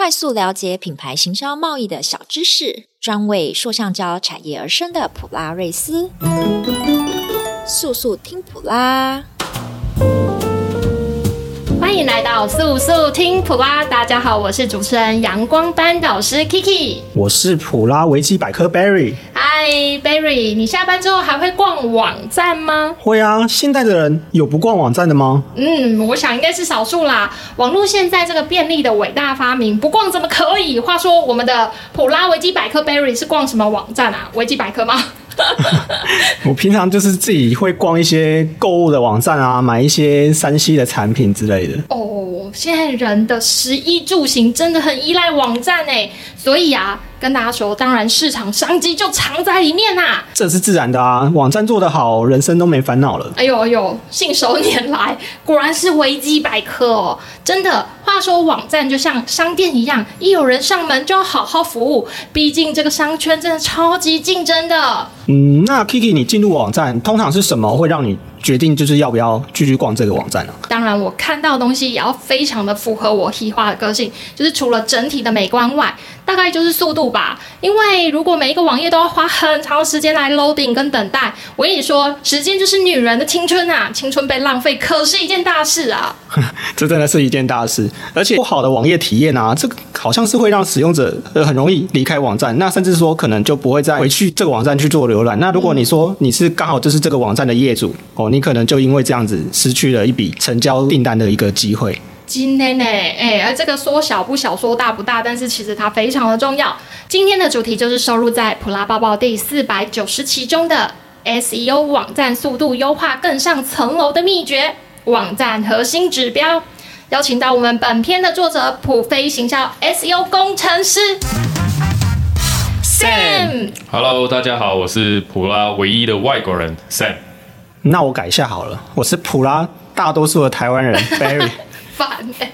快速了解品牌行销贸易的小知识，专为塑橡胶产业而生的普拉瑞斯，速速听普拉。 欢迎来到速速听普拉，大家好，我是主持人阳光班导师 Kiki， 我是普拉维基百科 Barry。 嗨 Barry， 你下班之后还会逛网站吗？ 会啊，现代的人有不逛网站的吗？ 我想应该是少数啦。网络现在这个便利的伟大发明，不逛怎么可以？话说我们的普拉维基百科 Barry 是逛什么网站啊？维基百科吗？ 我平常就是自己会逛一些购物的网站啊，买一些3C 的产品之类的。 现在人的食衣住行真的很依赖网站欸，所以啊，跟大家说，当然市场商机就藏在里面啊。 这是自然的啊，网站做得好，人生都没烦恼了。 哎呦，信手拈来，果然是维基百科哦。真的，话说网站就像商店一样，一有人上门就要好好服务，毕竟这个商圈真的超级竞争的。 那 Kiki 你进入网站通常是什么会让你决定就是要不要继续逛这个网站呢？ 当然我看到的东西也要非常的符合我喜欢的个性，就是除了整体的美观外，大概就是速度吧。因为如果每一个网页都要花很长时间来 loading 跟等待，我跟你说，时间就是女人的青春啊，青春被浪费可是一件大事啊。 这真的是一件大事，而且不好的网页体验啊，这个好像是会让使用者很容易离开网站，那甚至说可能就不会再回去这个网站去做浏览。那如果你说你是刚好就是这个网站的业主你可能就因为这样子失去了一笔成交订单的一个机会。 今天呢，这个说小不小，说大不大，但是其实它非常的重要。今天的主题就是收录在普拉抱抱第490期中的 SEO 网站速度优化更上层楼的秘诀，网站核心指标。邀请到我们本篇的作者普飞行销 SEO 工程师 Sam。Hello， 大家好，我是普拉唯一的外国人 Sam。 那我改一下好了，我是普拉大多数的台湾人 Barry。 烦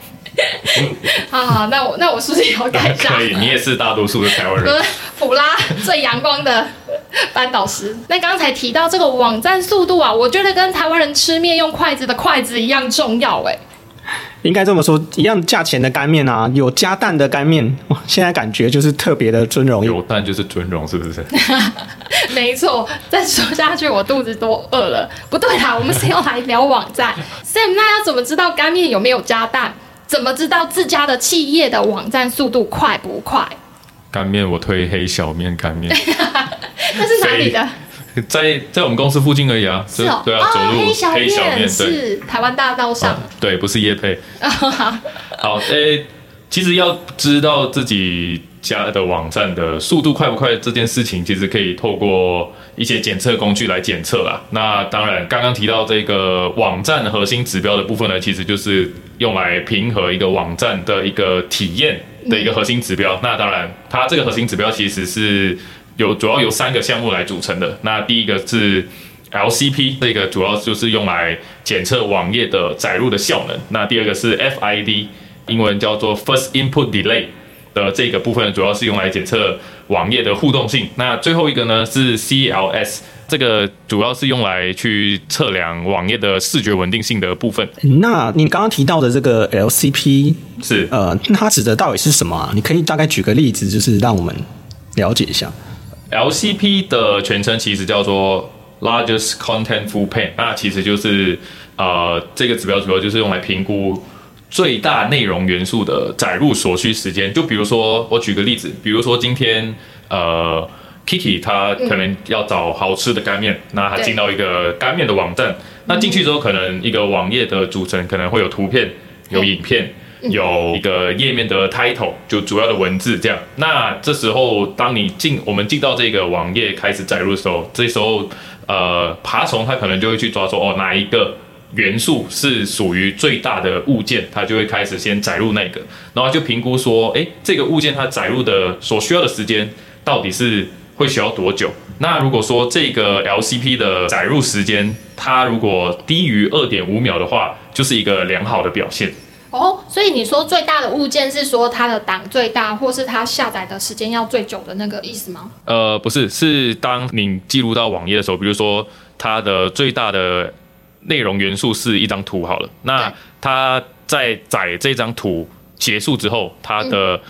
好，那我是不是也要改一下？ 可以，你也是大多数的台湾人。 普拉最阳光的班导师。那刚才提到这个网站速度啊，我觉得跟台湾人吃面用筷子的筷子一样重要应该这么说，一样价钱的干面啊，有加蛋的干面，现在感觉就是特别的尊荣。 有蛋就是尊荣，是不是？ 没错，再说下去我肚子都饿了。不对啦，我们是要来聊网站。Sam， 那要怎么知道干面有没有加蛋？怎么知道自家的企业的网站速度快不快？ 干面我推黑小面干面。 那是哪里的？ 在我们公司附近而已啊。 是哦， 对啊，走路黑小面是台湾大道上。 对，不是业配。好，其实要知道自己家的网站的速度快不快这件事情，其实可以透过一些检测工具来检测啦。那当然，刚刚提到这个网站核心指标的部分呢，其实就是用来评核一个网站的一个体验的一个核心指标。那当然，它这个核心指标其实是主要由3个项目来组成的。那第一个是 LCP， 这个主要就是用来检测网页的载入的效能。那第二个是 FID， 英文叫做 First Input Delay 的这个部分，主要是用来检测网页的互动性。那最后一个呢是 CLS， 这个主要是用来去测量网页的视觉稳定性的部分。 那你刚刚提到的这个 LCP 是它指的到底是什么啊？你可以大概举个例子，就是让我们了解一下。 LCP 的全称其实叫做 Largest Contentful Pane， 那其实就是这个指标主要就是用来评估最大内容元素的载入所需时间。就比如说我举个例子，比如说今天Kiki 他可能要找好吃的干面，那他进到一个干面的网站，那进去之后可能一个网页的组成可能会有图片、有影片。有一个页面的 title， 就主要的文字这样。那这时候，当我们进到这个网页开始载入的时候，这时候爬虫它可能就会去抓说哪一个元素是属于最大的物件，它就会开始先载入那个，然后就评估说，这个物件它载入的所需要的时间到底是会需要多久。那如果说这个 LCP 的载入时间它如果低于 2.5 秒的话，就是一个良好的表现。 所以你说最大的物件是说它的档最大，或是它下载的时间要最久的那个意思吗？ 不是，是当你记录到网页的时候，比如说它的最大的内容元素是一张图好了，那它在载这张图结束之后，它的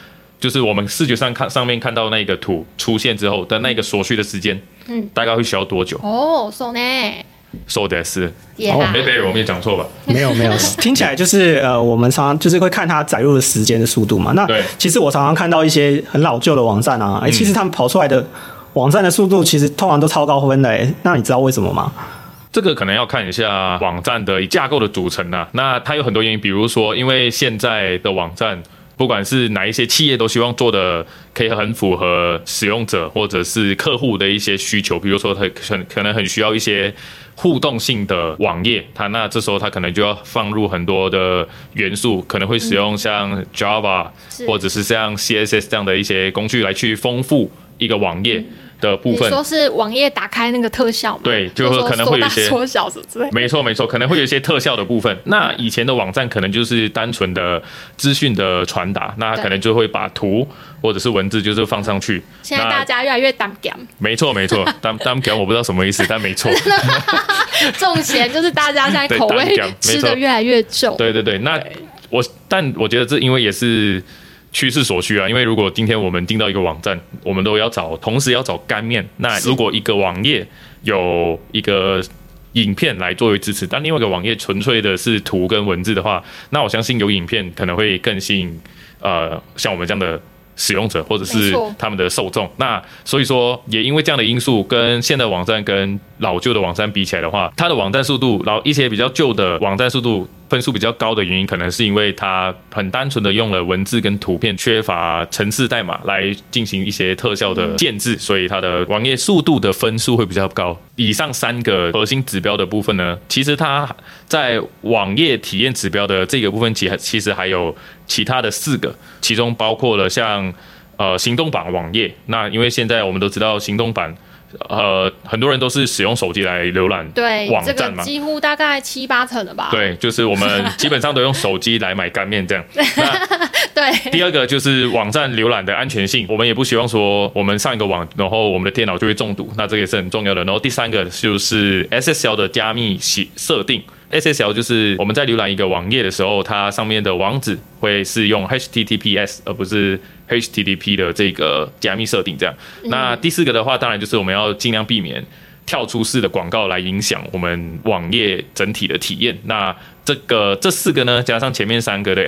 就是我们视觉上面看到那个图出现之后的那个所需的时间，大概会需要多久？ そうね。 そうです。 Yeah。 我没有讲错吧？ 没有，听起来就是我们常常就是会看它载入的时间的速度嘛。那其实我常常看到一些很老旧的网站啊，其实他们跑出来的网站的速度其实通常都超高分的，那你知道为什么吗？ 这个可能要看一下网站的架构的组成啊。那它有很多原因，比如说，因为现在的网站，不管是哪一些企业都希望做的可以很符合使用者或者是客户的一些需求，比如说它可能很需要一些互动性的网页，那这时候它可能就要放入很多的元素，可能会使用像 Java 或者是像 CSS 这样的一些工具来去丰富一个网页的部分。 你说是网页打开那个特效吗？ 对，就是可能会有一些缩小什么之类的。 没错，可能会有一些特效的部分。那以前的网站可能就是单纯的资讯的传达，那可能就会把图或者是文字就是放上去。 现在大家越来越当讲。没错，当讲我不知道什么意思，但没错。 重咸就是大家现在口味吃的越来越重。 对，但我觉得这因为也是趋势所需啊，因为如果今天我们进到一个网站，我们都要同时要找干面。那如果一个网页有一个影片来作为支持，但另外一个网页纯粹的是图跟文字的话，那我相信有影片可能会更吸引像我们这样的使用者或者是他们的受众。那所以说也因为这样的因素，跟现在网站跟老旧的网站比起来的话，它的网站速度，然后一些比较旧的网站速度分数比较高的原因，可能是因为它很单纯的用了文字跟图片，缺乏程式代码来进行一些特效的建制，所以它的网页速度的分数会比较高。以上3个核心指标的部分呢，其实它在网页体验指标的这个部分其实还有其他的4个，其中包括了像行动版网页。那因为现在我们都知道行动版很多人都是使用手机来浏览网站嘛， 这个几乎大概7-8成了吧。 对，就是我们基本上都用手机来买干面这样。 对。 第二个就是网站浏览的安全性，我们也不希望说我们上一个网，然后我们的电脑就会中毒，那这个也是很重要的。然后第3个就是 SSL 的加密设定。SSL 就是我们在浏览一个网页的时候，它上面的网址会是用 HTTPS 而不是 HTTP 的这个加密设定这样。那第4个的话，当然就是我们要尽量避免跳出式的广告来影响我们网页整体的体验。那这4个呢，加上前面3个的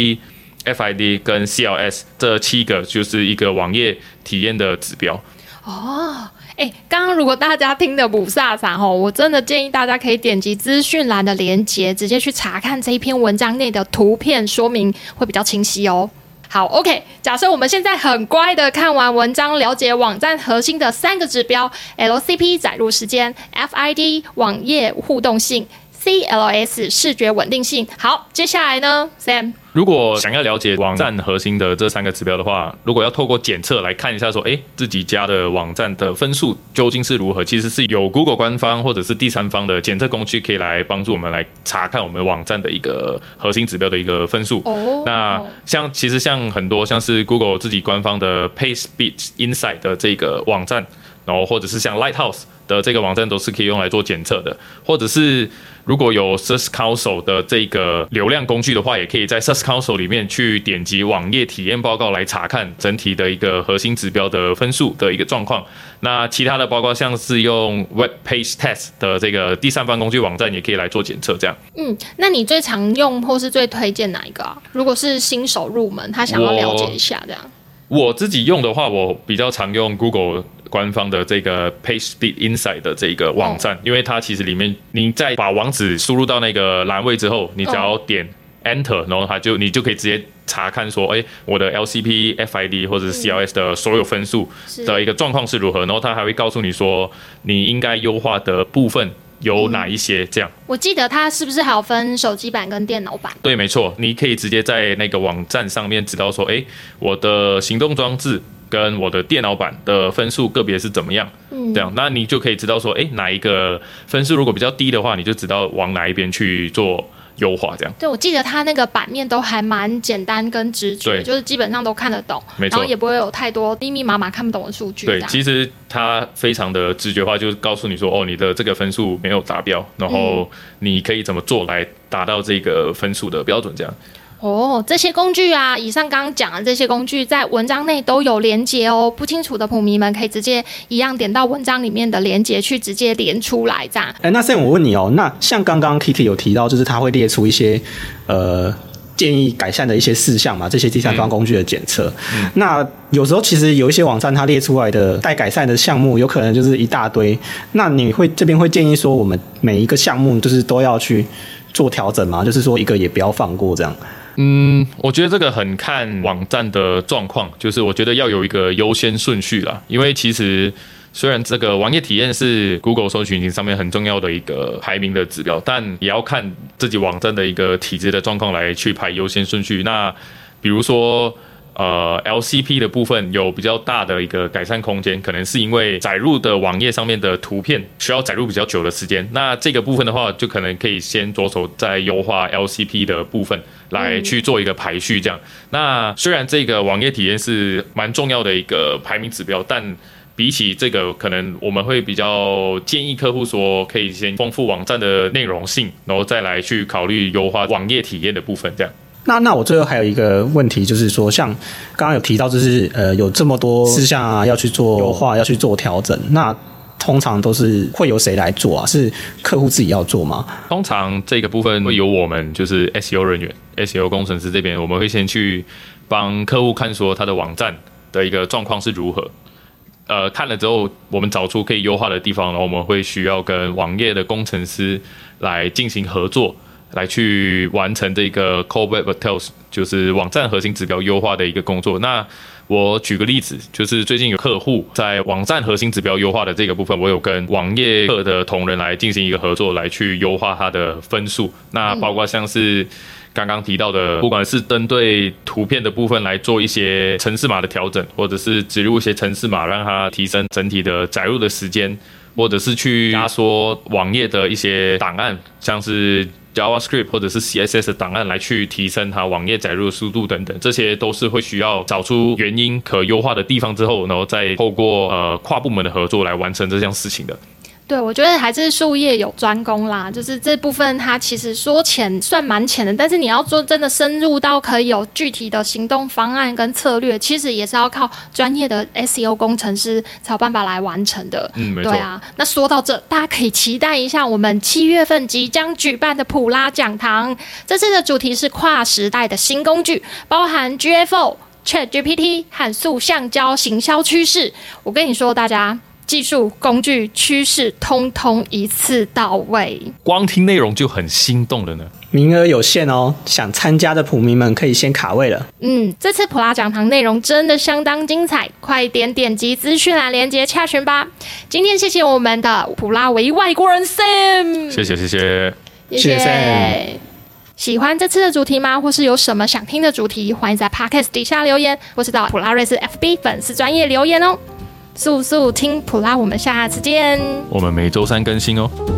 LCP、FID 跟 CLS 这7个，就是一个网页体验的指标。 刚刚如果大家听的不飒飒我真的建议大家可以点击资讯栏的连结，直接去查看这一篇文章内的图片说明，会比较清晰哦。好 ，OK， 假设我们现在很乖的看完文章，了解网站核心的3个指标 ：LCP 载入时间、FID 网页互动性、CLS 视觉稳定性。好，接下来呢 ，Sam。 如果想要了解网站核心的这3个指标的话，如果要透过检测来看一下说，自己家的网站的分数究竟是如何，其实是有 Google 官方或者是第3方的检测工具可以来帮助我们来查看我们网站的一个核心指标的一个分数。那其实像很多像是 Google 自己官方的 PageSpeed Insight 的这个网站，然后或者是像 Lighthouse 的这个网站都是可以用来做检测的，或者是如果有 Search Console 的这个流量工具的话，也可以在 Search Console 里面去点击网页体验报告来查看整体的一个核心指标的分数的一个状况。那其他的包括像是用 Web Page Test 的这个第3方工具网站也可以来做检测这样。 那你最常用或是最推荐哪一个啊？如果是新手入门，他想要了解一下这样。 我自己用的话，我比较常用 Google 官方的这个 PageSpeed Insight 的这个网站，因为它其实里面你在把网址输入到那个栏位之后，你只要点 Enter， 然后你就可以直接查看说，我的 LCP、FID 或者是 CLS 的所有分数的一个状况是如何，然后它还会告诉你说你应该优化的部分有哪一些这样。 我记得它是不是还有分手机版跟电脑版？ 对，没错，你可以直接在那个网站上面知道说，我的行动装置跟我的电脑版的分数个别是怎么样，这样，那你就可以知道说，哪一个分数如果比较低的话，你就知道往哪一边去做优化这样。 对，我记得它那个版面都还蛮简单跟直觉，就是基本上都看得懂，然后也不会有太多密密麻麻看不懂的数据。 对，其实它非常的直觉化，就是告诉你说，你的这个分数没有达标，然后你可以怎么做来达到这个分数的标准这样。 这些工具啊，以上刚刚讲的这些工具在文章内都有连结哦，不清楚的普迷们可以直接一样点到文章里面的连结去直接连出来这样。 那Sam我问你哦，那像刚刚 Kiki 有提到，就是他会列出一些建议改善的一些事项嘛，这些第三方工具的检测。那有时候其实有一些网站它列出来的待改善的项目，有可能就是一大堆。那你这边会建议说，我们每一个项目就是都要去做调整吗？就是说一个也不要放过这样。 我觉得这个很看网站的状况，就是我觉得要有一个优先顺序啦，因为其实虽然这个网页体验是 Google 搜寻引擎上面很重要的一个排名的指标，但也要看自己网站的一个体质的状况来去排优先顺序。那比如说LCP 的部分有比较大的一个改善空间，可能是因为载入的网页上面的图片需要载入比较久的时间，那这个部分的话就可能可以先着手在优化 LCP 的部分来去做一个排序这样。那虽然这个网页体验是蛮重要的一个排名指标，但比起这个，可能我们会比较建议客户说，可以先丰富网站的内容性，然后再来去考虑优化网页体验的部分。这样。 那我最后还有一个问题，就是说，像刚刚有提到，就是有这么多事项啊，要去做优化，要去做调整，那通常都是会由谁来做啊？是客户自己要做吗？ 通常这个部分会由我们就是 SEO 人员、SEO 工程师这边，我们会先去帮客户看说他的网站的一个状况是如何。看了之后，我们找出可以优化的地方，然后我们会需要跟网页的工程师来进行合作，来去完成这个 Core Web Vitals， 就是网站核心指标优化的一个工作。那我举个例子，就是最近有客户在网站核心指标优化的这个部分，我有跟网页课的同仁来进行一个合作，来去优化它的分数。那包括像是刚刚提到的，不管是针对图片的部分来做一些程式码的调整，或者是植入一些程式码，让它提升整体的载入的时间，或者是去压缩网页的一些档案，像是 JavaScript 或者是 CSS 的档案，来去提升它网页载入的速度等等，这些都是会需要找出原因可优化的地方之后，然后再透过跨部门的合作来完成这项事情的。 对，我觉得还是术业有专攻啦，就是这部分它其实说浅算蛮浅的，但是你要做真的深入到可以有具体的行动方案跟策略，其实也是要靠专业的 SEO 工程师才有办法来完成的。 没错。 对啊，那说到这，大家可以期待一下我们7月份即将举办的普拉讲堂，这次的主题是跨时代的新工具，包含 GFO、ChatGPT 和塑橡胶行销趋势。我跟你说，大家技术、工具、趋势，通通一次到位。 光听内容就很心动了呢。 名额有限哦，想参加的普迷们可以先卡位了。 这次普拉讲堂内容真的相当精彩，快点击资讯栏连结洽询吧。今天谢谢我们的普拉唯一外国人 Sam， 谢谢 Sam。 喜欢这次的主题吗？或是有什么想听的主题？欢迎在 Podcast 底下留言，或是到普拉瑞斯 FB 粉丝专页留言哦。速速听普拉，我们下次见。 我们每周3更新哦。